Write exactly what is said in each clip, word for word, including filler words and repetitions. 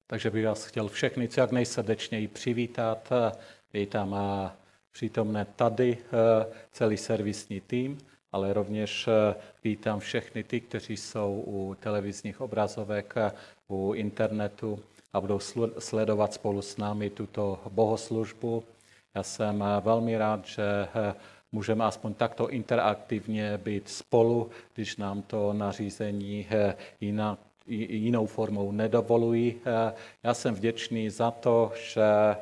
Takže bych vás chtěl všechny co jak nejsrdečněji přivítat. Vítám přítomné tady celý servisní tým, ale rovněž vítám všechny ty, kteří jsou u televizních obrazovek, u internetu a budou sledovat spolu s námi tuto bohoslužbu. Já jsem velmi rád, že můžeme aspoň takto interaktivně být spolu, když nám to nařízení jinak jinou formou nedovolují. Já jsem vděčný za to, že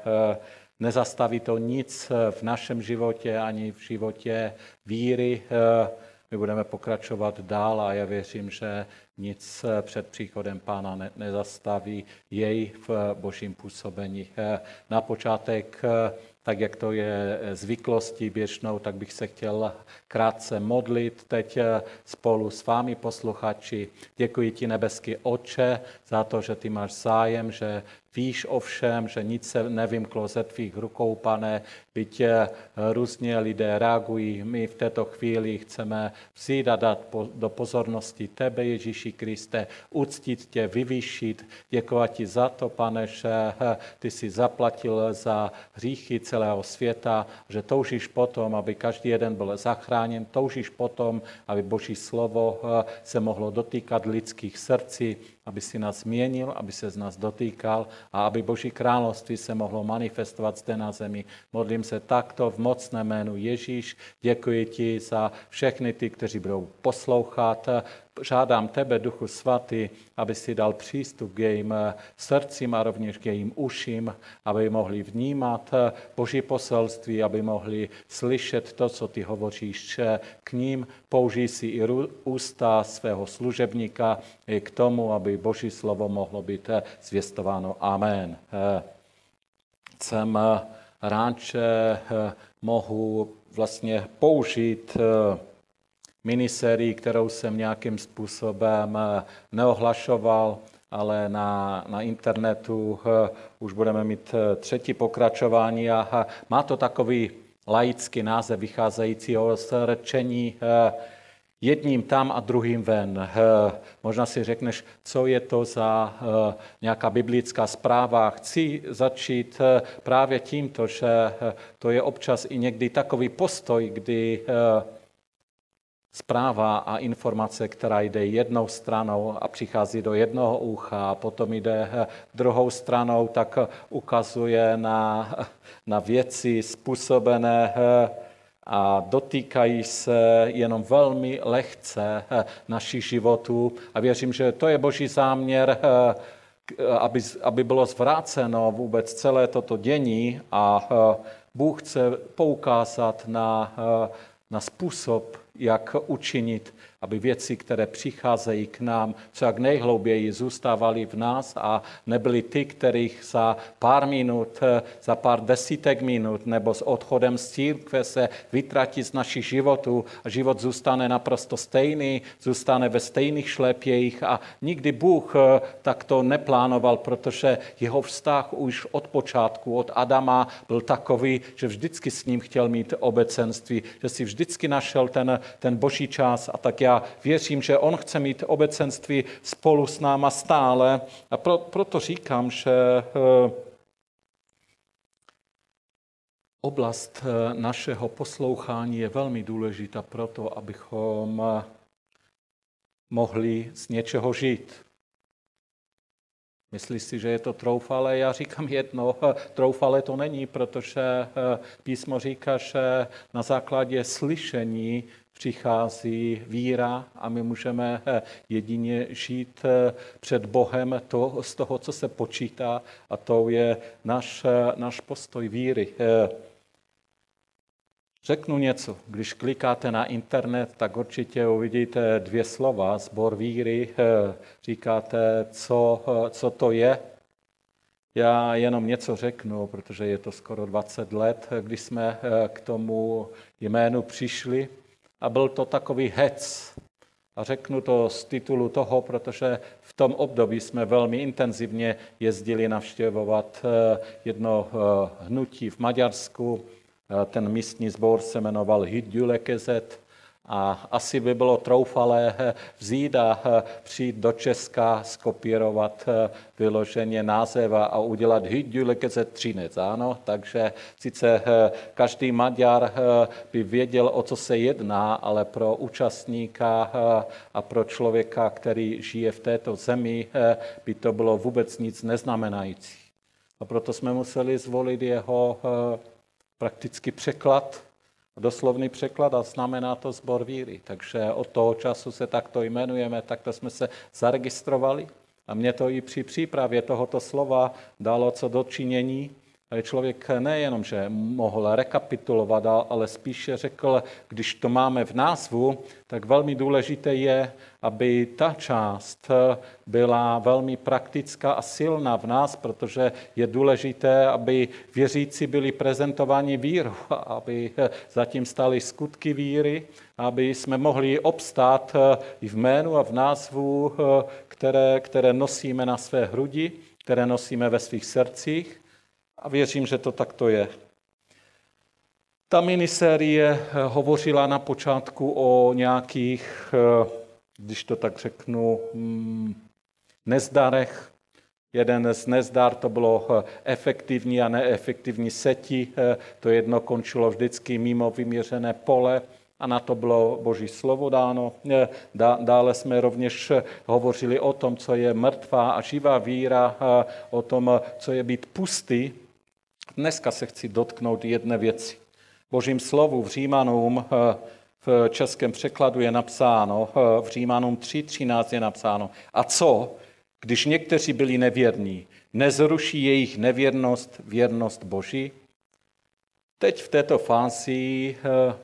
nezastaví to nic v našem životě ani v životě víry. My budeme pokračovat dál a já věřím, že nic před příchodem Pána ne, nezastaví jej v božím působení. Na počátek, tak jak to je zvyklostí běžnou, tak bych se chtěl krátce modlit teď spolu s vámi posluchači. Děkuji ti, nebeský Otče, za to, že ty máš zájem, že víš o všem, že nic se nevymklo ze tvých rukou, Pane, byť různě lidé reagují. My v této chvíli chceme vzít a dát do pozornosti tebe, Ježíši Kriste, uctít tě, vyvýšit, děkovat ti za to, Pane, že ty jsi zaplatil za hříchy celého světa, že toužíš potom, aby každý jeden byl zachráněn, toužíš potom, aby Boží slovo se mohlo dotýkat lidských srdcí, aby si nás změnil, aby se z nás dotýkal a aby Boží království se mohlo manifestovat zde na zemi. Modlím se takto v mocném jménu Ježíš. Děkuji ti za všechny ty, kteří budou poslouchat. Žádám tebe, Duchu Svatý, aby si dal přístup k jejím srdcím a rovněž k jejím uším, aby mohli vnímat Boží poselství, aby mohli slyšet to, co ty hovoříš k ním. Použij si i ústa svého služebníka k tomu, aby Boží slovo mohlo být zvěstováno. Amen. Jsem rád, že mohu vlastně použít minisérii, kterou jsem nějakým způsobem neohlašoval, ale na, na internetu už budeme mít třetí pokračování a má to takový laický název vycházejícího z řečení jedním tam a druhým ven. Možná si řekneš, co je to za nějaká biblická zpráva. Chci začít právě tímto, že to je občas i někdy takový postoj, kdy zpráva a informace, která jde jednou stranou a přichází do jednoho ucha a potom jde druhou stranou, tak ukazuje na, na věci způsobené a dotýkají se jenom velmi lehce našich životů. A věřím, že to je Boží záměr, aby, aby bylo zvráceno vůbec celé toto dění a Bůh chce poukázat na, na způsob, jak učinit, aby věci, které přicházejí k nám, co jak nejhlouběji zůstávaly v nás a nebyly ty, kterých za pár minut, za pár desítek minut nebo s odchodem z církve se vytratí z našich životů a život zůstane naprosto stejný, zůstane ve stejných šlepějích a nikdy Bůh takto neplánoval, protože jeho vztah už od počátku, od Adama byl takový, že vždycky s ním chtěl mít obecenství, že si vždycky našel ten, ten Boží čas a tak já věřím, že on chce mít obecenství spolu s náma stále a pro, proto říkám, že oblast našeho poslouchání je velmi důležitá proto, abychom mohli z něčeho žít. Myslíš si, že je to troufalé? Já říkám jedno, troufalé to není, protože písmo říká, že na základě slyšení přichází víra a my můžeme jedině žít před Bohem to, z toho, co se počítá a to je náš, náš postoj víry. Řeknu něco. Když klikáte na internet, tak určitě uvidíte dvě slova, sbor víry. Říkáte, co, co to je. Já jenom něco řeknu, protože je to skoro dvacet let, když jsme k tomu jménu přišli. A byl to takový hec. A řeknu to z titulu toho, protože v tom období jsme velmi intenzivně jezdili navštěvovat jedno hnutí v Maďarsku. Ten místní sbor se jmenoval Híd Gyülekezet A asi by bylo troufalé vzít a přijít do Česka, skopírovat vyloženě název a udělat Hydjulekeze Třinec. Ano, takže sice každý Maďar by věděl, o co se jedná, ale pro účastníka a pro člověka, který žije v této zemi, by to bylo vůbec nic neznamenající. A proto jsme museli zvolit jeho prakticky překlad, doslovný překlad, a znamená to sbor víry. Takže od toho času se takto jmenujeme, takto jsme se zaregistrovali. A mě to i při přípravě tohoto slova dalo co dočinění. Člověk nejenom, že mohl rekapitulovat, ale spíše řekl, když to máme v názvu, tak velmi důležité je, aby ta část byla velmi praktická a silná v nás, protože je důležité, aby věřící byli prezentováni víru, aby zatím stály skutky víry, aby jsme mohli obstát i v jménu a v názvu, které, které nosíme na své hrudi, které nosíme ve svých srdcích. A věřím, že to takto je. Ta minisérie hovořila na počátku o nějakých, když to tak řeknu, nezdarech. Jeden z nezdar to bylo efektivní a neefektivní seti. To jedno končilo vždycky mimo vyměřené pole a na to bylo Boží slovo dáno. Dále jsme rovněž hovořili o tom, co je mrtvá a živá víra, o tom, co je být pustý. Dneska se chci dotknout jedné věci. V Božím slovu v Římanům v českém překladu je napsáno, v Římanům tři třináct je napsáno: a co, když někteří byli nevěrní, nezruší jejich nevěrnost věrnost Boží? Teď v této fázi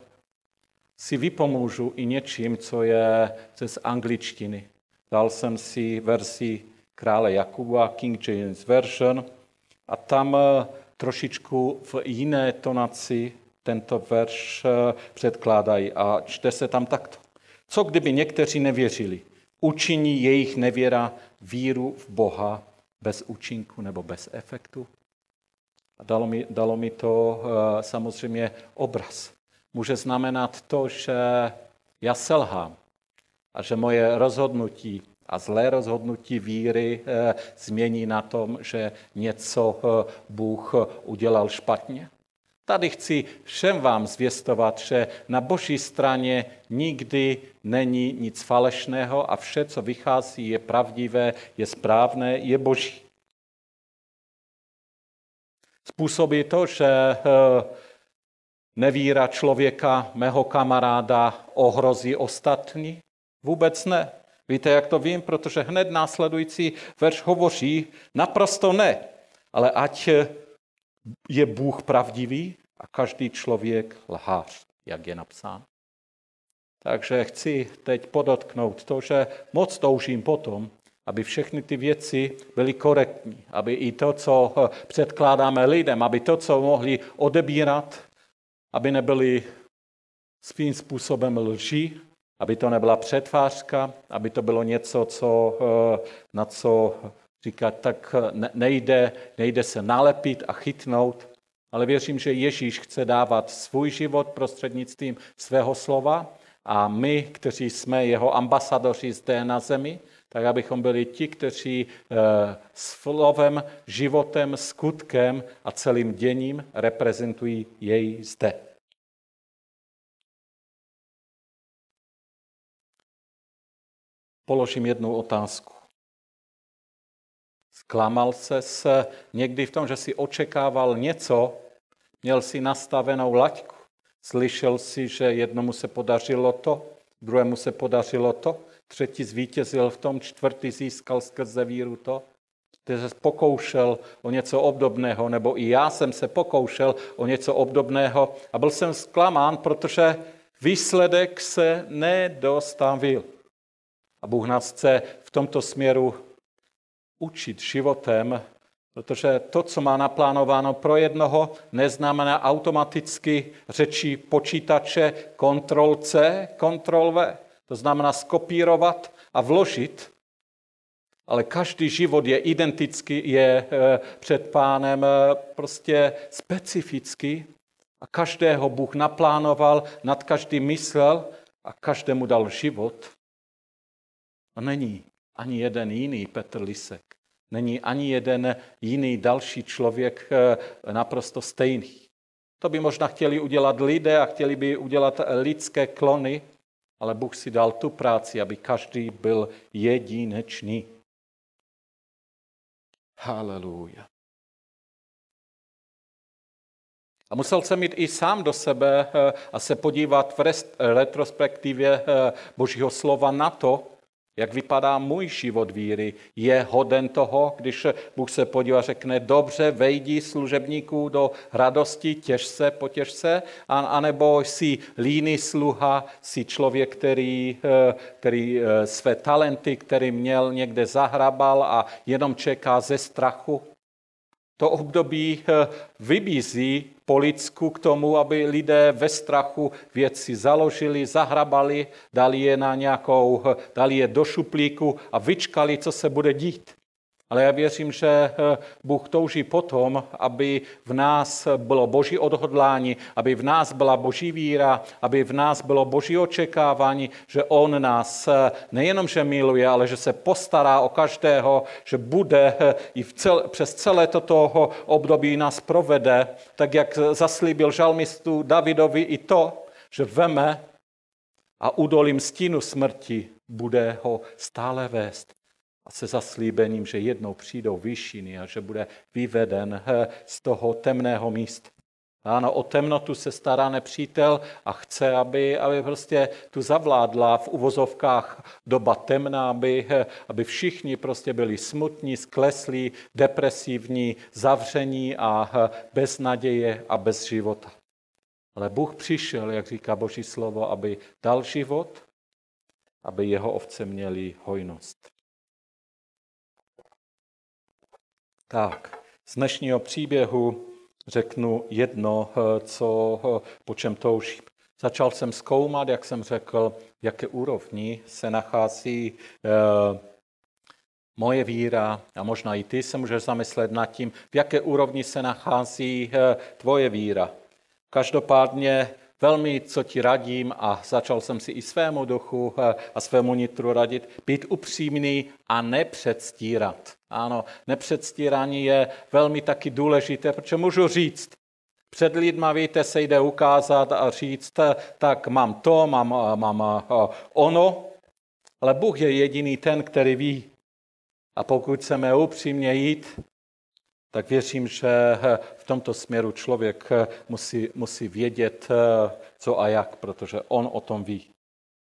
si vypomůžu i něčím, co je z angličtiny. Dal jsem si verzi krále Jakuba, King James Version, a tam trošičku v jiné tonaci tento verš předkládají a čte se tam takto. Co kdyby někteří nevěřili? Učiní jejich nevěra víru v Boha bez účinku nebo bez efektu? A dalo mi, dalo mi to samozřejmě obraz. Může znamenat to, že já selhám a že moje rozhodnutí a zlé rozhodnutí víry e, změní na tom, že něco e, Bůh udělal špatně. Tady chci všem vám zvěstovat, že na Boží straně nikdy není nic falešného a vše, co vychází, je pravdivé, je správné, je Boží. Způsobí to, že e, nevíra člověka, mého kamaráda, ohrozí ostatní? Vůbec ne. Víte, jak to vím? Protože hned následující verš hovoří naprosto ne. Ale ať je Bůh pravdivý a každý člověk lhář, jak je napsáno. Takže chci teď podotknout to, že moc toužím potom, aby všechny ty věci byly korektní, aby i to, co předkládáme lidem, aby to, co mohli odebírat, aby nebyly svým způsobem lži, aby to nebyla přetvářka, aby to bylo něco, co, na co říkat, tak nejde, nejde se nalepit a chytnout, ale věřím, že Ježíš chce dávat svůj život prostřednictvím svého slova a my, kteří jsme jeho ambasadoři zde na zemi, tak abychom byli ti, kteří slovem, životem, skutkem a celým děním reprezentují jej zde. Položím jednu otázku. Zklamal ses někdy v tom, že jsi očekával něco, měl si nastavenou laťku, slyšel si, že jednomu se podařilo to, druhému se podařilo to, třetí zvítězil v tom, čtvrtý získal skrze víru to, ty se pokoušel o něco obdobného, nebo i já jsem se pokoušel o něco obdobného a byl jsem zklamán, protože výsledek se nedostavil. A Bůh nás chce v tomto směru učit životem, protože to, co má naplánováno pro jednoho, neznamená automaticky řeči počítače kontrol C, kontrol V. To znamená skopírovat a vložit, ale každý život je identický, je před Pánem prostě specifický a každého Bůh naplánoval, nad každým myslel a každému dal život. A není ani jeden jiný Petr Lisek. Není ani jeden jiný další člověk naprosto stejný. To by možná chtěli udělat lidé a chtěli by udělat lidské klony, ale Bůh si dal tu práci, aby každý byl jedinečný. Haleluja. A musel jsem jít i sám do sebe a se podívat v retrospektivě Božího slova na to, jak vypadá můj život víry. Je hoden toho, když Bůh se podívá a řekne, dobře, vejdi služebníků do radosti, těž se, potěš se, anebo jsi líný sluha, jsi člověk, který, který své talenty, který měl někde zahrabal a jenom čeká ze strachu. To období vybízí po lidsku k tomu, aby lidé ve strachu věci založili, zahrabali, dali je, na nějakou, dali je do šuplíku a vyčkali, co se bude dít. Ale já věřím, že Bůh touží potom, aby v nás bylo Boží odhodlání, aby v nás byla Boží víra, aby v nás bylo Boží očekávání, že On nás nejenom, že miluje, ale že se postará o každého, že bude i v cel, přes celé toto období nás provede, tak jak zaslíbil žalmistu Davidovi i to, že veme a údolím stínu smrti bude ho stále vést. A se zaslíbením, že jednou přijdou výšiny a že bude vyveden z toho temného místa. Ano, o temnotu se stará nepřítel a chce, aby, aby prostě tu zavládla v uvozovkách doba temná, aby, aby všichni prostě byli smutní, skleslí, depresivní, zavření a bez naděje a bez života. Ale Bůh přišel, jak říká Boží slovo, aby dal život, aby jeho ovce měly hojnost. Tak, z dnešního příběhu řeknu jedno, co, po čem toužím. Začal jsem zkoumat, jak jsem řekl, v jaké úrovni se nachází eh, moje víra a možná i ty se můžeš zamyslet nad tím, v jaké úrovni se nachází eh, tvoje víra. Každopádně velmi, co ti radím, a začal jsem si i svému duchu a svému nitru radit, být upřímný a nepředstírat. Ano, nepředstírání je velmi taky důležité, protože můžu říct, před lidma, víte, se jde ukázat a říct, tak mám to, mám, mám ono, ale Bůh je jediný ten, který ví. A pokud chceme upřímně jít, tak věřím, že v tomto směru člověk musí, musí vědět, co a jak, protože on o tom ví.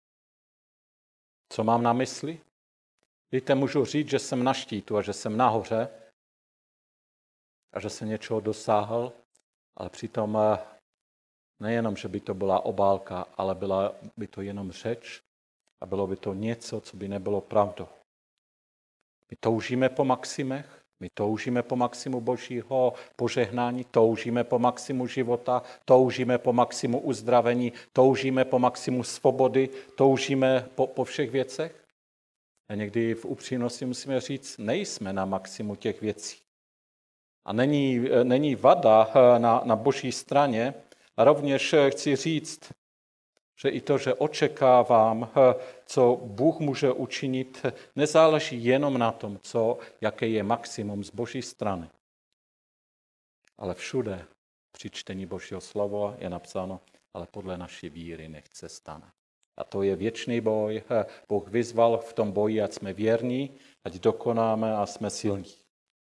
Co mám na mysli? Víte, můžu říct, že jsem na štítu a že jsem nahoře a že jsem něčeho dosáhl, ale přitom nejenom, že by to byla obálka, ale byla by to jenom řeč a bylo by to něco, co by nebylo pravdou. My toužíme po maximech, my toužíme po maximu Božího požehnání, toužíme po maximu života, toužíme po maximu uzdravení, toužíme po maximu svobody, toužíme po, po všech věcech. A někdy v upřímnosti musíme říct, nejsme na maximu těch věcí. A není, není vada na, na Boží straně. A rovněž chci říct, že i to, že očekávám, co Bůh může učinit, nezáleží jenom na tom, co, jaké je maximum z Boží strany. Ale všude při čtení Božího slova je napsáno, ale podle naší víry nechce stane. A to je věčný boj. Bůh vyzval v tom boji, ať jsme věrní, ať dokonáme a jsme silní.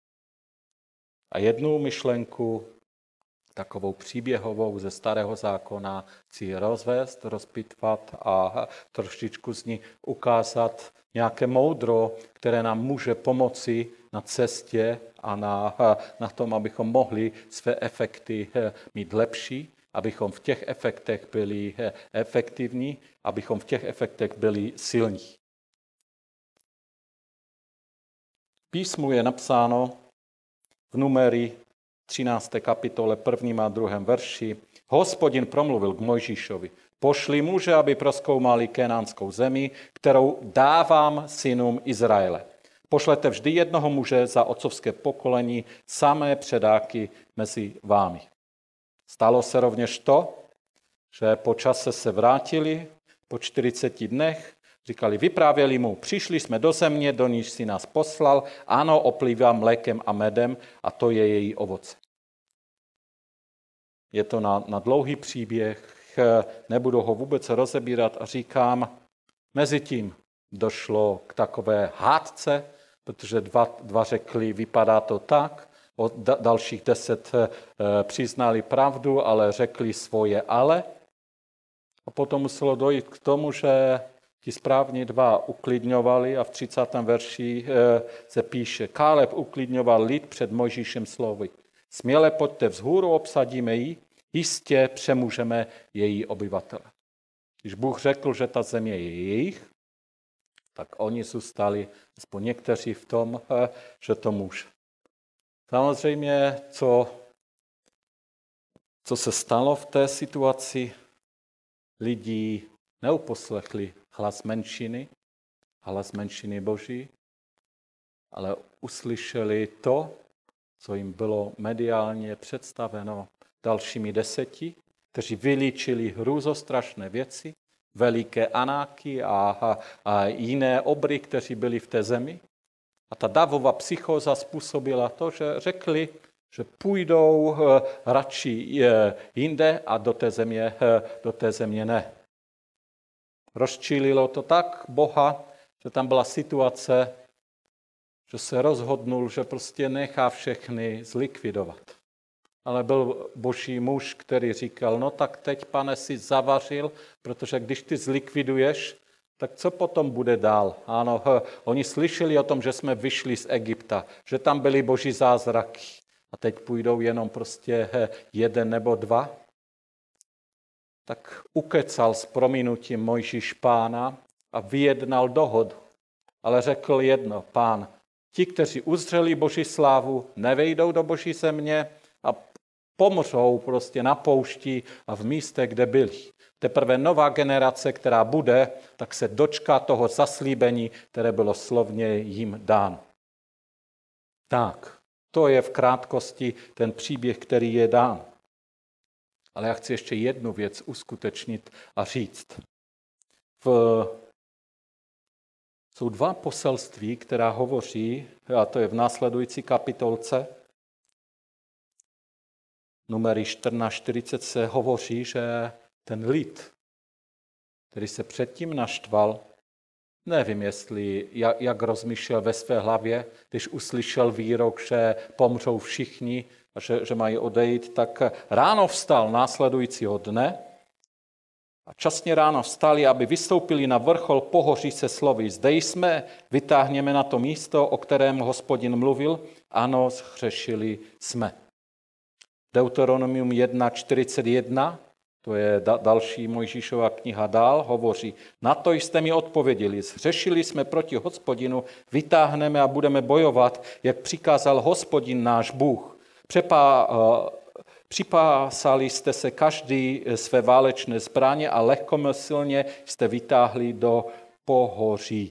A jednu myšlenku, takovou příběhovou ze Starého zákona, chci rozvést, rozpitvat a trošičku z ní ukázat nějaké moudro, které nám může pomoci na cestě a na, na tom, abychom mohli své efekty mít lepší, abychom v těch efektech byli efektivní, abychom v těch efektech byli silní. V písmu je napsáno v Numeri třinácté kapitole prvním a druhém verši. Hospodin promluvil k Mojžíšovi. Pošli muže, aby prozkoumali kenánskou zemi, kterou dávám synům Izraele. Pošlete vždy jednoho muže za otcovské pokolení, samé předáky mezi vámi. Stalo se rovněž to, že po čase se vrátili, Po čtyřiceti dnech říkali, vyprávěli mu, přišli jsme do země, do níž si nás poslal, ano, oplývá mlékem a medem a to je její ovoce. Je to na, na dlouhý příběh, nebudu ho vůbec rozebírat a říkám, mezi tím došlo k takové hádce, protože dva, dva řekli, vypadá to tak, od dalších deset e, přiznali pravdu, ale řekli svoje ale. A potom muselo dojít k tomu, že ti správní dva uklidňovali a v třicátém verši e, se píše, Káleb uklidňoval lid před Mojžíšem slovy. Směle pojďte vzhůru, obsadíme ji, jistě přemůžeme její obyvatele. Když Bůh řekl, že ta země je jejich, tak oni zůstali, aspoň někteří v tom, že to může. Samozřejmě, co, co se stalo v té situaci, lidi neuposlechli hlas menšiny, hlas menšiny Boží, ale uslyšeli to, co jim bylo mediálně představeno dalšími deseti, kteří vylíčili hrůzostrašné věci, veliké anáky a, a, a jiné obry, kteří byli v té zemi. A ta davová psychóza způsobila to, že řekli, že půjdou radši jinde a do té země, do té země ne. Rozčílilo to tak Boha, že tam byla situace, že se rozhodnul, že prostě nechá všechny zlikvidovat. Ale byl boží muž, který říkal, no tak teď, pane, si zavařil, protože když ty zlikviduješ, tak co potom bude dál? Ano, oni slyšeli o tom, že jsme vyšli z Egypta, že tam byly boží zázraky. A teď půjdou jenom prostě jeden nebo dva. Tak ukecal s prominutím Mojžíš Pána a vyjednal dohodu. Ale řekl jedno, Pán, ti, kteří uzřeli boží slávu, nevejdou do boží země a pomřou prostě na poušti a v místě, kde byli. Teprve nová generace, která bude, tak se dočká toho zaslíbení, které bylo slovně jim dáno. Tak, to je v krátkosti ten příběh, který je dán. Ale já chci ještě jednu věc uskutečnit a říct. V... Jsou dva poselství, která hovoří, a to je v následující kapitolce, numery čtrnáct čtyřicet se hovoří, že ten lid, který se předtím naštval, nevím, jestli, jak, jak rozmýšlel ve své hlavě, když uslyšel výrok, že pomřou všichni a že, že mají odejít, tak ráno vstal následujícího dne a časně ráno vstali, aby vystoupili na vrchol pohoří se slovy. Zde jsme, vytáhněme na to místo, o kterém Hospodin mluvil, ano, zhřešili jsme. Deuteronomium jedna čtyřicet jedna, to je da, další Mojžíšova kniha dál, hovoří, na to jste mi odpověděli, zhřešili jsme proti Hospodinu, vytáhneme a budeme bojovat, jak přikázal Hospodin náš Bůh. Přepá, uh, připásali jste se každý své válečné zbraně a lehkomyslně jste vytáhli do pohoří.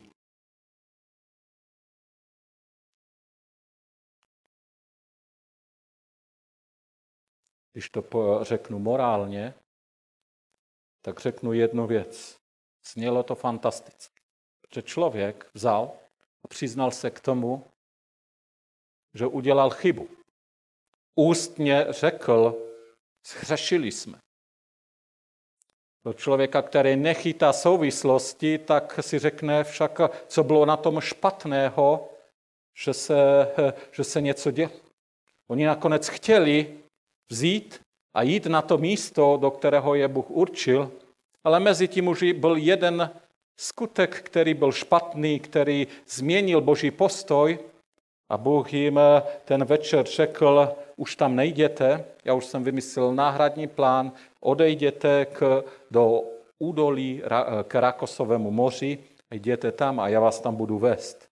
Když to řeknu morálně, tak řeknu jednu věc. Znělo to fantasticky. Že člověk vzal a přiznal se k tomu, že udělal chybu. Ústně řekl, zhřešili jsme. Pro člověka, který nechytá souvislosti, tak si řekne však, co bylo na tom špatného, že se, že se něco dělo. Oni nakonec chtěli vzít a jít na to místo, do kterého je Bůh určil, ale mezi tím už byl jeden skutek, který byl špatný, který změnil Boží postoj a Bůh jim ten večer řekl, už tam nejděte, já už jsem vymyslel náhradní plán, odejděte k, do údolí k Rakosovému moři, jděte tam a já vás tam budu vést.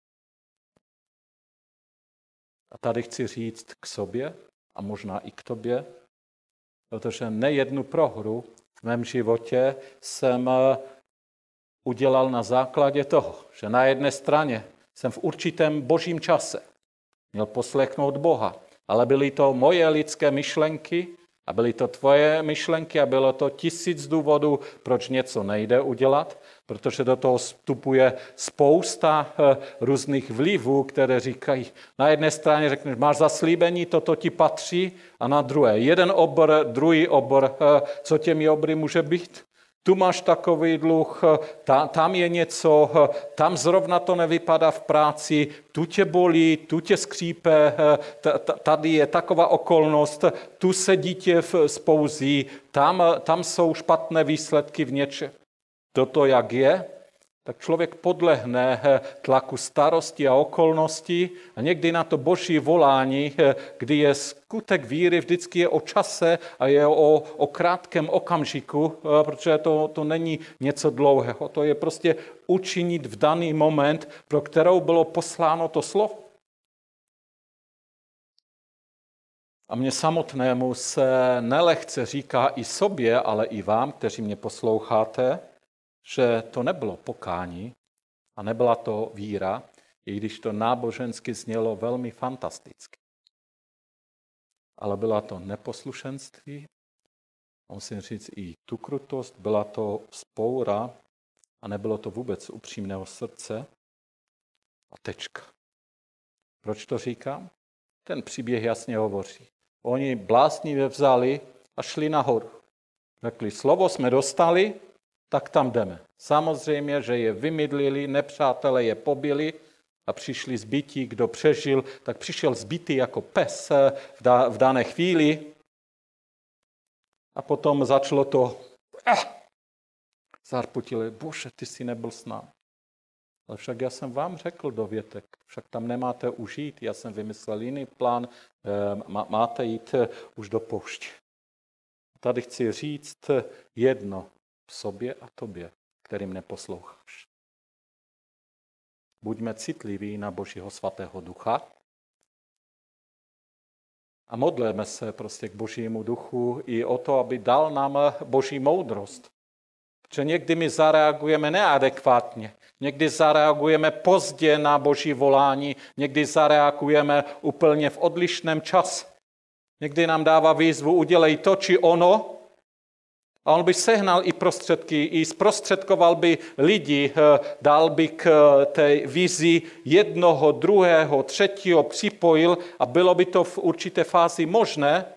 A tady chci říct k sobě, a možná i k tobě, protože nejednu prohru v mém životě jsem udělal na základě toho, že na jedné straně jsem v určitém božím čase měl poslechnout Boha, ale byly to moje lidské myšlenky A byly to tvoje myšlenky a bylo to tisíc důvodů, proč něco nejde udělat, protože do toho vstupuje spousta různých vlivů, které říkají, na jedné straně řekneš, máš zaslíbení, toto ti patří, a na druhé, jeden obor, druhý obor, co těmi obry může být? Tu máš takový dluh, tam je něco, tam zrovna to nevypadá v práci, tu tě bolí, tu tě skřípe, tady je taková okolnost, tu se dítě spouzí, tam, tam jsou špatné výsledky v něčem. Toto jak je, tak člověk podlehne tlaku starosti a okolností a někdy na to boží volání, kdy je skutek víry, vždycky je o čase a je o, o krátkém okamžiku, protože to, to není něco dlouhého. To je prostě učinit v daný moment, pro kterou bylo posláno to slovo. A mně samotnému se nelehce říká i sobě, ale i vám, kteří mě posloucháte, že to nebylo pokání a nebyla to víra, i když to nábožensky znělo velmi fantasticky. Ale byla to neposlušenství, a musím říct i tu krutost, byla to vzpoura a nebylo to vůbec upřímného srdce a tečka. Proč to říkám? Ten příběh jasně hovoří. Oni bláznivě vzali a šli nahoru. Řekli, slovo jsme dostali, tak tam jdeme. Samozřejmě, že je vymydlili, nepřátelé je pobili a přišli zbytí, kdo přežil, tak přišel zbytý jako pes v, da, v dané chvíli a potom začalo to eh, zarputili, bože, ty jsi nebyl s námi. Ale však já jsem vám řekl dovětek, však tam nemáte užít, já jsem vymyslel jiný plán, máte jít už do pouště. Tady chci říct jedno, sobě a tobě, kterým neposloucháš. Buďme citliví na Božího svatého ducha a modleme se prostě k Božímu duchu i o to, aby dal nám Boží moudrost. Protože někdy my zareagujeme neadekvátně, někdy zareagujeme pozdě na Boží volání, někdy zareagujeme úplně v odlišném čase. Někdy nám dává výzvu, udělej to či ono, a on by sehnal i prostředky, i zprostředkoval by lidi, dal by k té vizi jednoho, druhého, třetího, připojil a bylo by to v určité fázi možné.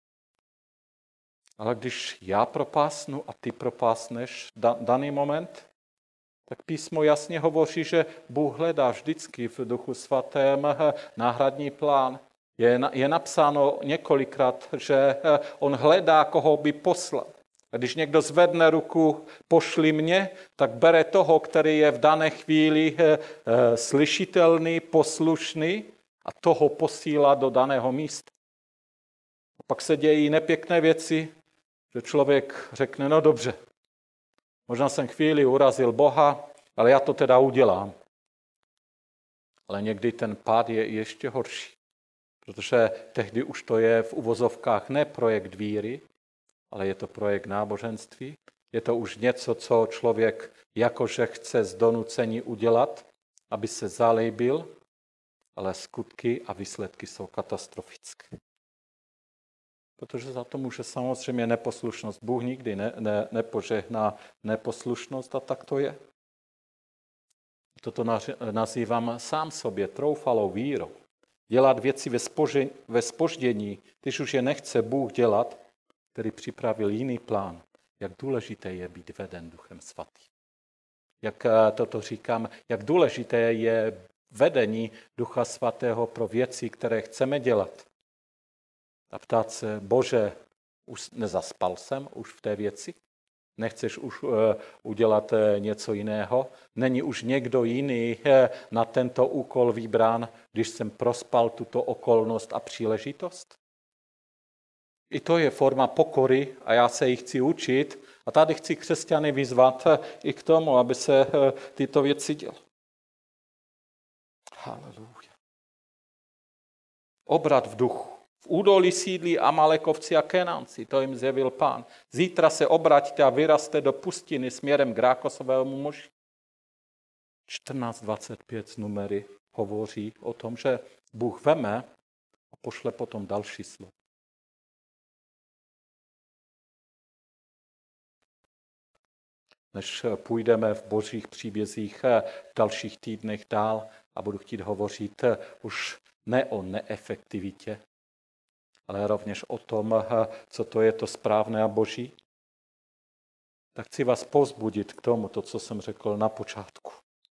Ale když já propásnu a ty propásneš da, daný moment, tak písmo jasně hovoří, že Bůh hledá vždycky v Duchu Svatém náhradní plán. Je, je napsáno několikrát, že on hledá, koho by poslal. A když někdo zvedne ruku, pošli mě, tak bere toho, který je v dané chvíli e, e, slyšitelný, poslušný a toho posílá do daného místa. A pak se dějí nepěkné věci, že člověk řekne, no dobře, možná jsem chvíli urazil Boha, ale já to teda udělám. Ale někdy ten pád je ještě horší, protože tehdy už to je v uvozovkách ne projekt víry, ale je to projekt náboženství. Je to už něco, co člověk jakože chce z donucení udělat, aby se zalíbil, ale skutky a výsledky jsou katastrofické. Protože za to může samozřejmě neposlušnost. Bůh nikdy ne, ne, nepožehná neposlušnost a tak to je. Toto nazývám sám sobě troufalou vírou. Dělat věci ve, spože, ve spoždění, když už je nechce Bůh dělat, který připravil jiný plán. Jak důležité je být veden Duchem Svatým. Jak toto říkám, jak důležité je vedení Ducha Svatého pro věci, které chceme dělat. A ptát se, Bože, už nezaspal jsem už v té věci? Nechceš už uh, udělat uh, něco jiného? Není už někdo jiný uh, na tento úkol vybrán, když jsem prospal tuto okolnost a příležitost? I to je forma pokory a já se jí chci učit. A tady chci křesťany vyzvat uh, i k tomu, aby se uh, tyto věci dělaly. Haleluja. Obrat v duchu. V údolí sídlí Amalekovci a Kenánci, to jim zjevil Pán. Zítra se obraťte a vyraste do pustiny směrem k Rákosovému moři. čtrnáct dvacet pět z numery hovoří o tom, že Bůh veme a pošle potom další slovo. než půjdeme v božích příbězích v dalších týdnech dál a budu chtít hovořit už ne o neefektivitě, ale rovněž o tom, co to je to správné a boží, tak chci vás povzbudit k tomu, to, co jsem řekl na počátku.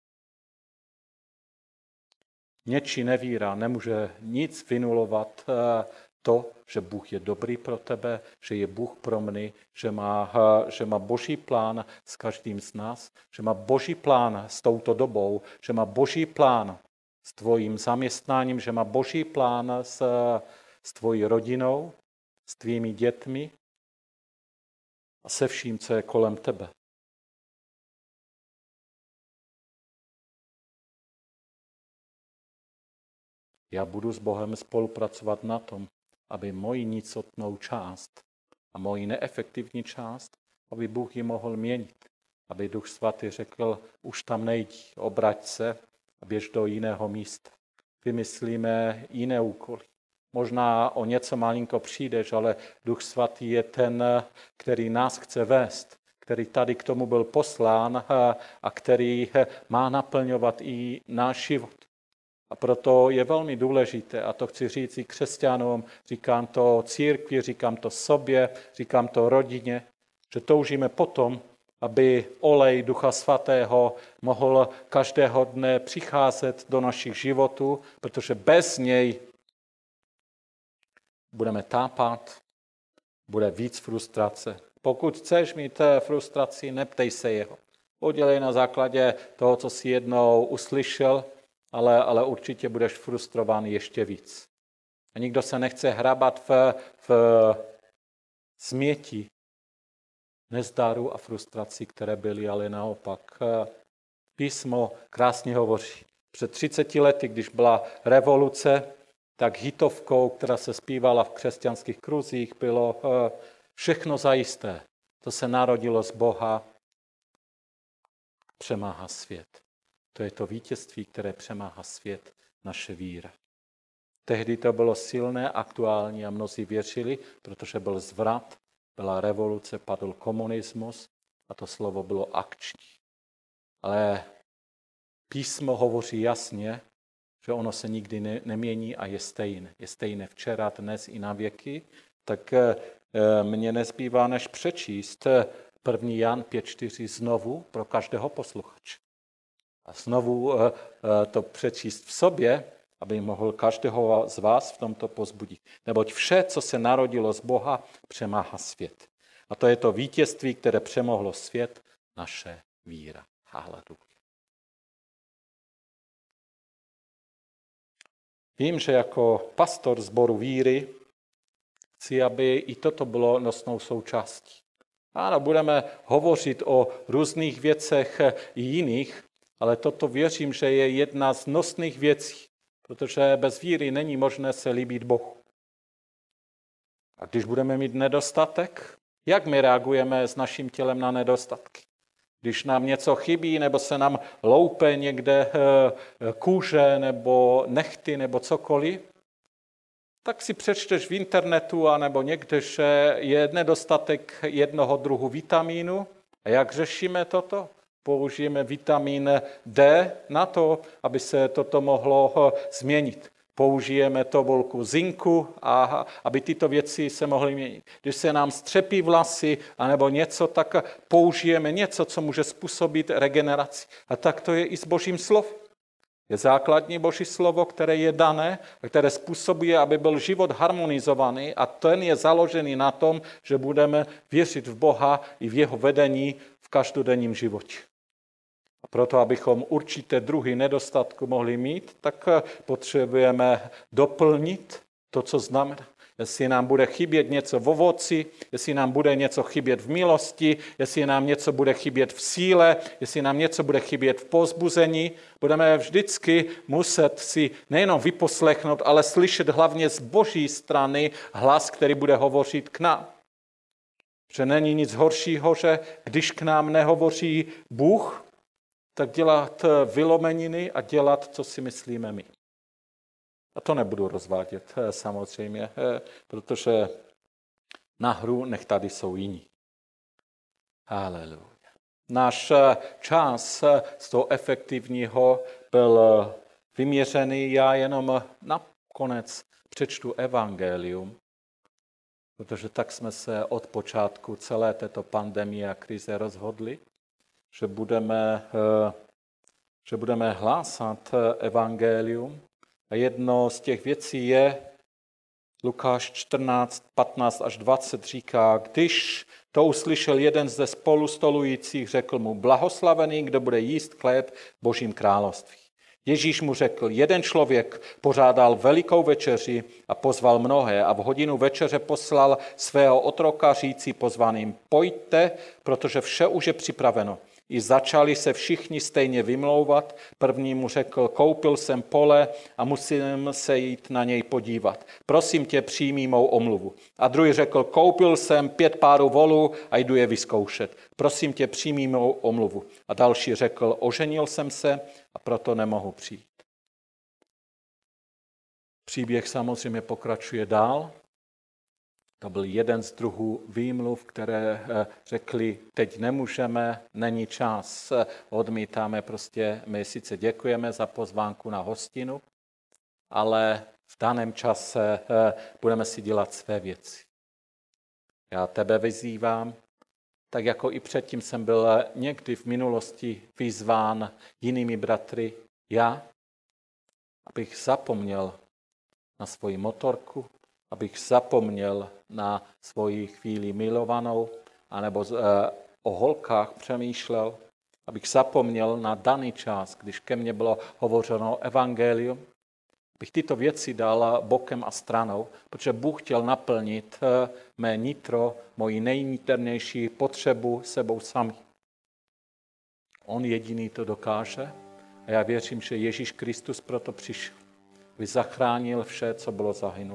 Něčí nevíra nemůže nic vynulovat to, že Bůh je dobrý pro tebe, že je Bůh pro mny, že má, že má boží plán s každým z nás, že má boží plán s touto dobou, že má boží plán s tvojím zaměstnáním, že má boží plán s, s tvojí rodinou, s tvými dětmi a se vším, co je kolem tebe. Já budu s Bohem spolupracovat na tom, aby moji nicotnou část a moji neefektivní část, aby Bůh ji mohl měnit. Aby Duch Svatý řekl, už tam nejdi, obrať se a běž do jiného místa. Vymyslíme jiné úkoly. Možná o něco malinko přijdeš, ale Duch Svatý je ten, který nás chce vést, který tady k tomu byl poslán a který má naplňovat i náš život. A proto je velmi důležité, a to chci říct i křesťanům, říkám to církvi, říkám to sobě, říkám to rodině, že toužíme potom, aby olej Ducha Svatého mohl každého dne přicházet do našich životů, protože bez něj budeme tápat, bude víc frustrace. Pokud chceš mít frustraci, neptej se jeho. Udělej na základě toho, co jsi jednou uslyšel, ale, ale určitě budeš frustrovaný ještě víc. A nikdo se nechce hrabat v, v směti nezdaru a frustrací, které byly, ale naopak. Písmo krásně hovoří. Před třiceti lety, když byla revoluce, tak hitovkou, která se zpívala v křesťanských kruzích, bylo všechno zajisté. To se narodilo z Boha, přemáhá svět. To je to vítězství, které přemáhá svět, naše víra. Tehdy to bylo silné, aktuální a mnozí věřili, protože byl zvrat, byla revoluce, padl komunismus a to slovo bylo akční. Ale písmo hovoří jasně, že ono se nikdy ne, nemění a je stejné. Je stejné včera, dnes i na věky. Tak e, mně nezbývá než přečíst první Jan pět čtyři znovu pro každého posluchače. A znovu e, e, to přečíst v sobě, aby mohl každého z vás v tomto pozbudit. Neboť vše, co se narodilo z Boha, přemáhá svět. A to je to vítězství, které přemohlo svět, naše víra. Haleluja. Vím, že jako pastor sboru víry chci, aby i toto bylo nosnou součástí. Ano, budeme hovořit o různých věcech i jiných, ale toto věřím, že je jedna z nosných věcí, protože bez víry není možné se líbit Bohu. A když budeme mít nedostatek, jak my reagujeme s naším tělem na nedostatky? Když nám něco chybí, nebo se nám loupe někde kůže, nebo nehty, nebo cokoliv, tak si přečteš v internetu, anebo někde, že je nedostatek jednoho druhu vitamínu. A jak řešíme toto? Použijeme vitamin D na to, aby se toto mohlo změnit. Použijeme tabulku zinku, a aby tyto věci se mohly měnit. Když se nám střepí vlasy anebo něco, tak použijeme něco, co může způsobit regeneraci. A tak to je i s Božím slovem. Je základní Boží slovo, které je dané a které způsobuje, aby byl život harmonizovaný a ten je založený na tom, že budeme věřit v Boha i v jeho vedení v každodenním životě. A proto, abychom určité druhy nedostatku mohli mít, tak potřebujeme doplnit to, co znamená. Jestli nám bude chybět něco v ovoci, jestli nám bude něco chybět v milosti, jestli nám něco bude chybět v síle, jestli nám něco bude chybět v povzbuzení, budeme vždycky muset si nejenom vyposlechnout, ale slyšet hlavně z Boží strany hlas, který bude hovořit k nám. Že není nic horšího, že když k nám nehovoří Bůh, tak dělat vylomeniny a dělat, co si myslíme my. A to nebudu rozvádět samozřejmě, protože na hru nech tady jsou jiní. Haleluja. Náš čas z toho efektivního byl vyměřený. Já jenom nakonec přečtu evangelium, protože tak jsme se od počátku celé této pandemie a krize rozhodli, že budeme, že budeme hlásat evangelium. A jedno z těch věcí je, Lukáš čtrnáct, patnáct až dvacet říká, když to uslyšel jeden ze spolustolujících, řekl mu, blahoslavený, kdo bude jíst chléb v Božím království. Ježíš mu řekl, jeden člověk pořádal velikou večeři a pozval mnohé a v hodinu večeře poslal svého otroka řící pozvaným, pojďte, protože vše už je připraveno. I začali se všichni stejně vymlouvat. První mu řekl, koupil jsem pole a musím se jít na něj podívat. Prosím tě, přijmí mou omluvu. A druhý řekl, koupil jsem pět párů volů a jdu je vyzkoušet. Prosím tě, přijmí mou omluvu. A další řekl, oženil jsem se a proto nemohu přijít. Příběh samozřejmě pokračuje dál. To byl jeden z druhů výmluv, které řekli, teď nemůžeme, není čas, odmítáme prostě, my sice děkujeme za pozvánku na hostinu, ale v daném čase budeme si dělat své věci. Já tebe vyzývám, tak jako i předtím jsem byl někdy v minulosti vyzván jinými bratry, já, abych zapomněl na svoji motorku, abych zapomněl na svoji chvíli milovanou, anebo o holkách přemýšlel, abych zapomněl na daný čas, když ke mně bylo hovořeno evangelium, abych tyto věci dal bokem a stranou, protože Bůh chtěl naplnit mé nitro, moji nejniternější potřebu sebou sami. On jediný to dokáže a já věřím, že Ježíš Kristus proto přišel, aby zachránil vše, co bylo zahynulo.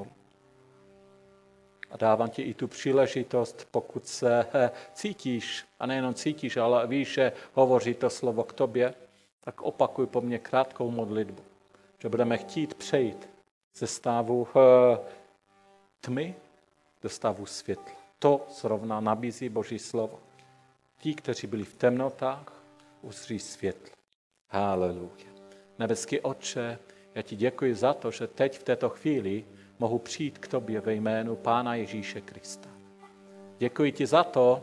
A dávám ti i tu příležitost, pokud se cítíš, a nejenom cítíš, ale víš, že hovoří to slovo k tobě, tak opakuj po mně krátkou modlitbu, že budeme chtít přejít ze stavu tmy do stavu světla. To zrovna nabízí Boží slovo. Ti, kteří byli v temnotách, uzří světlo. Haleluja. Nebeský Otče, já ti děkuji za to, že teď v této chvíli mohu přijít k tobě ve jménu Pána Ježíše Krista. Děkuji ti za to,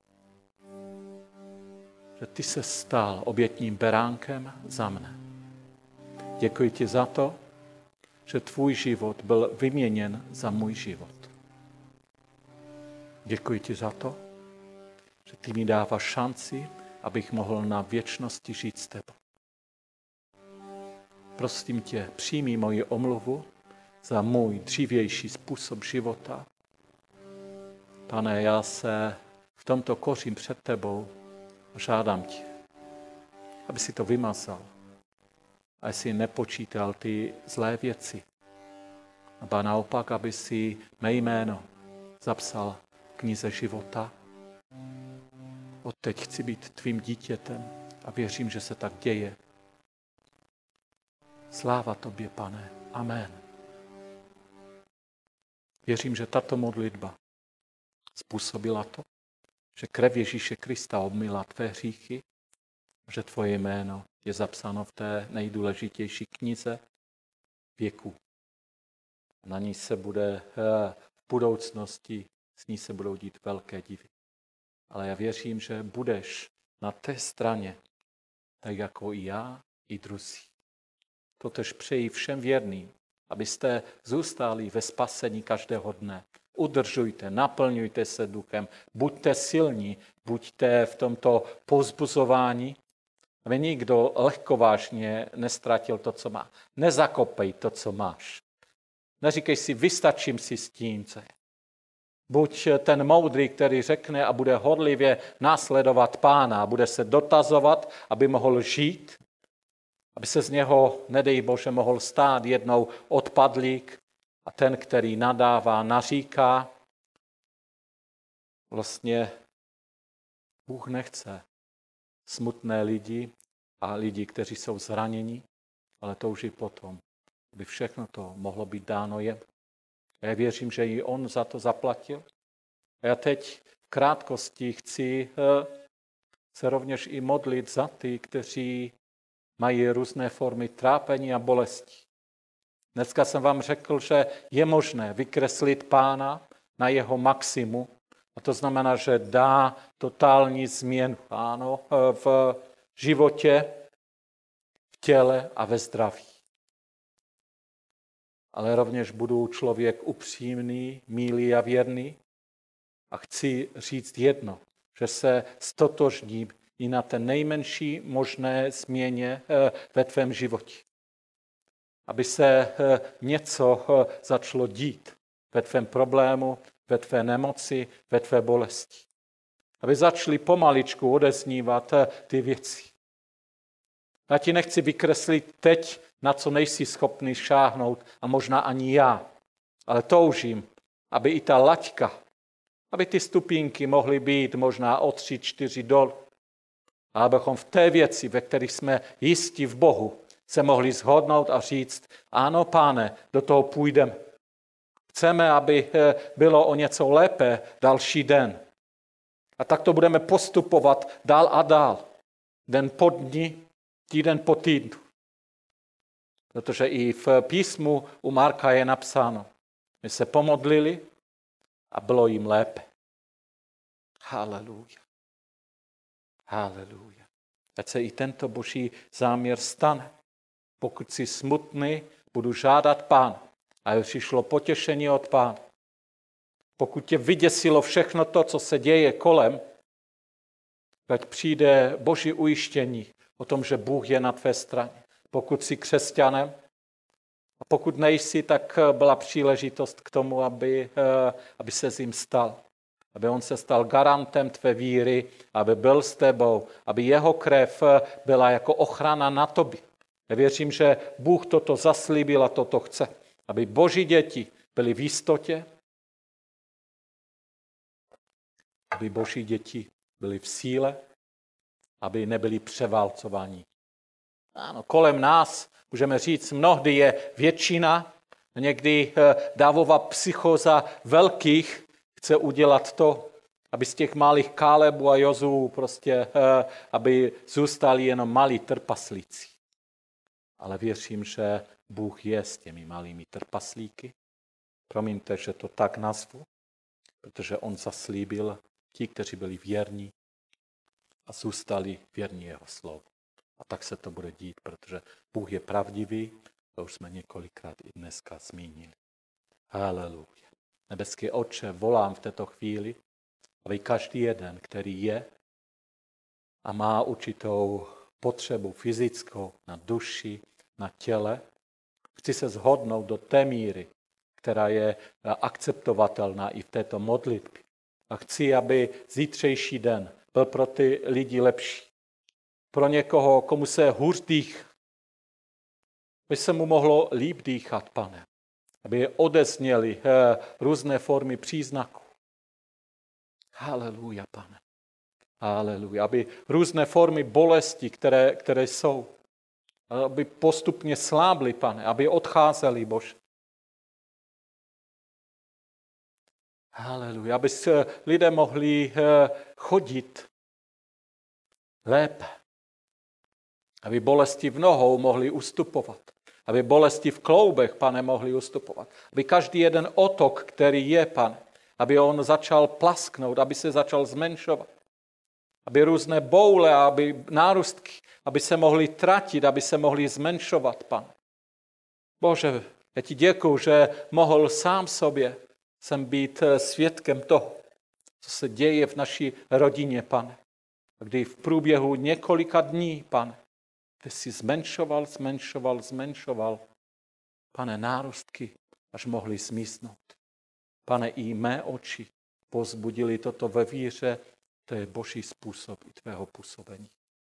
že ty se stal obětním beránkem za mne. Děkuji ti za to, že tvůj život byl vyměněn za můj život. Děkuji ti za to, že ty mi dáváš šanci, abych mohl na věčnosti žít s tebou. Prosím tě, přijmi moji omluvu za můj dřívější způsob života. Pane, já se v tomto kořím před tebou a žádám tě, aby si to vymazal a si nepočítal ty zlé věci. A naopak, aby si mé jméno zapsal v knize života. Odteď chci být tvým dítětem a věřím, že se tak děje. Sláva tobě, Pane. Amen. Věřím, že tato modlitba způsobila to, že krev Ježíše Krista obmyla tvé hříchy, že tvoje jméno je zapsáno v té nejdůležitější knize věku. Na ní se bude v budoucnosti, s ní se budou dít velké divy. Ale já věřím, že budeš na té straně, tak jako i já, i druzí. Totež přeji všem věrným, abyste zůstali ve spasení každého dne. Udržujte, naplňujte se duchem, buďte silní, buďte v tomto povzbuzování, aby nikdo lehkovážně nestratil to, co má. Nezakopej to, co máš. Neříkej si, vystačím si s tím, co je. Buď ten moudrý, který řekne a bude horlivě následovat Pána, bude se dotazovat, aby mohl žít, aby se z něho, nedej Bože, mohl stát jednou odpadlík a ten, který nadává, naříká. Vlastně Bůh nechce smutné lidi a lidi, kteří jsou zraněni, ale touží potom, aby všechno to mohlo být dáno jemu. Já věřím, že i on za to zaplatil. A já teď v krátkosti chci se rovněž i modlit za ty, kteří mají různé formy trápení a bolesti. Dneska jsem vám řekl, že je možné vykreslit Pána na jeho maximu. A to znamená, že dá totální změnu, ano, v životě, v těle a ve zdraví. Ale rovněž budu člověk upřímný, milý a věrný. A chci říct jedno, že se stotožním i na té nejmenší možné změně ve tvém životě. Aby se něco začalo dít ve tvém problému, ve tvé nemoci, ve tvé bolesti. Aby začaly pomaličku odeznívat ty věci. Já ti nechci vykreslit teď, na co nejsi schopný šáhnout, a možná ani já. Ale toužím, aby i ta laťka, aby ty stupínky mohly být možná o tři, čtyři dol. A abychom v té věci, ve kterých jsme jistí v Bohu, se mohli shodnout a říct, ano, Páne, do toho půjdeme. Chceme, aby bylo o něco lépe další den. A tak to budeme postupovat dál a dál. Den po dni, týden po týdnu. Protože i v písmu u Marka je napsáno, my se pomodlili a bylo jim lépe. Haleluja. Haleluja. Ať se i tento boží záměr stane. Pokud jsi smutný, budu žádat Pána. A přišlo potěšení od Pána. Pokud tě vyděsilo všechno to, co se děje kolem, tak přijde boží ujištění o tom, že Bůh je na tvé straně. Pokud jsi křesťanem, a pokud nejsi, tak byla příležitost k tomu, aby, aby se s ním stal. Aby on se stal garantem tvé víry, aby byl s tebou, aby jeho krev byla jako ochrana na tobě. Já věřím, že Bůh toto zaslíbil a toto chce. Aby boží děti byly v jistotě, aby boží děti byly v síle, aby nebyli převálcováni. Ano, kolem nás, můžeme říct, mnohdy je většina, někdy dávová psychóza velkých chce udělat to, aby z těch malých Kálebů a Jozuů prostě, aby zůstali jenom malí trpaslíci. Ale věřím, že Bůh je s těmi malými trpaslíky. Promiňte, že to tak nazvu, protože on zaslíbil ti, kteří byli věrní a zůstali věrní jeho slovu. A tak se to bude dít, protože Bůh je pravdivý, to už jsme několikrát i dneska zmínili. Haleluja. Nebeský Otče, volám v této chvíli, aby každý jeden, který je a má určitou potřebu fyzickou na duši, na těle, chci se shodnout do té míry, která je akceptovatelná i v této modlitbě. A chci, aby zítřejší den byl pro ty lidi lepší. Pro někoho, komu se hůř dýchá, aby se mu mohlo líp dýchat, Pane. Aby odezněly různé formy příznaků. Haleluja, Pane. Haleluja. Aby různé formy bolesti, které, které jsou, aby postupně slábly, Pane, aby odcházely, Bože. Haleluja. Aby se lidé mohli chodit lépe. Aby bolesti v nohou mohly ustupovat. Aby bolesti v kloubech, Pane, mohly ustupovat. Aby každý jeden otok, který je, Pane, aby on začal plasknout, aby se začal zmenšovat. Aby různé boule, aby nárůstky, aby se mohly tratit, aby se mohly zmenšovat, Pane. Bože, já ti děkuju, že mohl sám sobě jsem být svědkem toho, co se děje v naší rodině, Pane. A kdy v průběhu několika dní, Pane, ty jsi zmenšoval, zmenšoval, zmenšoval, Pane, nárostky, až mohli smísnout. Pane, i mé oči pozbudili toto ve víře, to je boží způsob i tvého působení.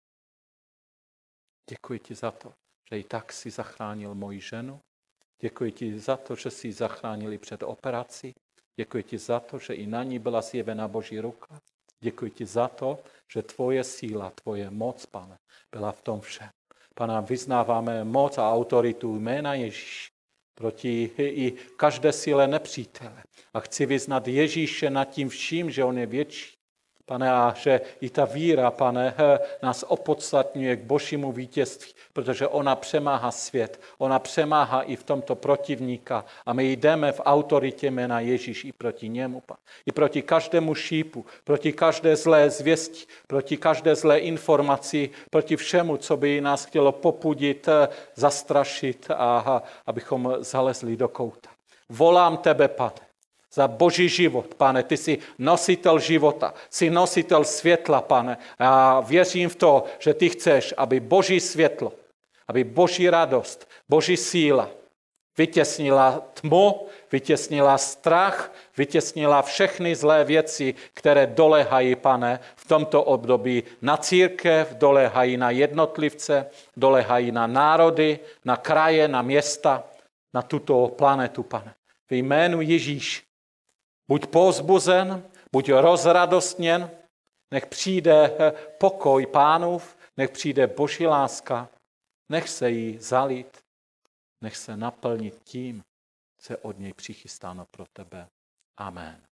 Děkuji ti za to, že i tak jsi zachránil moji ženu. Děkuji ti za to, že jsi ji zachránili před operací. Děkuji ti za to, že i na ní byla zjevena boží ruka. Děkuji ti za to, že tvoje síla, tvoje moc, Pane, byla v tom všem. Pane, vyznáváme moc a autoritu jména Ježíš proti i každé síle nepřítele. A chci vyznat Ježíše nad tím vším, že on je větší. Pane, a že i ta víra, pane, nás opodstatňuje k božímu vítězství, protože ona přemáhá svět, ona přemáhá i v tomto protivníka a my jdeme v autoritě jména Ježíš i proti němu, pane. I proti každému šípu, proti každé zlé zvěsti, proti každé zlé informaci, proti všemu, co by nás chtělo popudit, zastrašit a abychom zalezli do kouta. Volám tebe, pane, za boží život, pane, ty jsi nositel života, jsi nositel světla, pane. A já věřím v to, že ty chceš, aby boží světlo, aby boží radost, boží síla vytěsnila tmu, vytěsnila strach, vytěsnila všechny zlé věci, které doléhají, pane, v tomto období na církev, doléhají na jednotlivce, doléhají na národy, na kraje, na města, na tuto planetu, pane. V jménu Ježíš. Buď povzbuzen, buď rozradostněn, nech přijde pokoj Pánův, nech přijde boží láska, nech se jí zalít, nech se naplnit tím, co je od něj přichystáno pro tebe. Amen.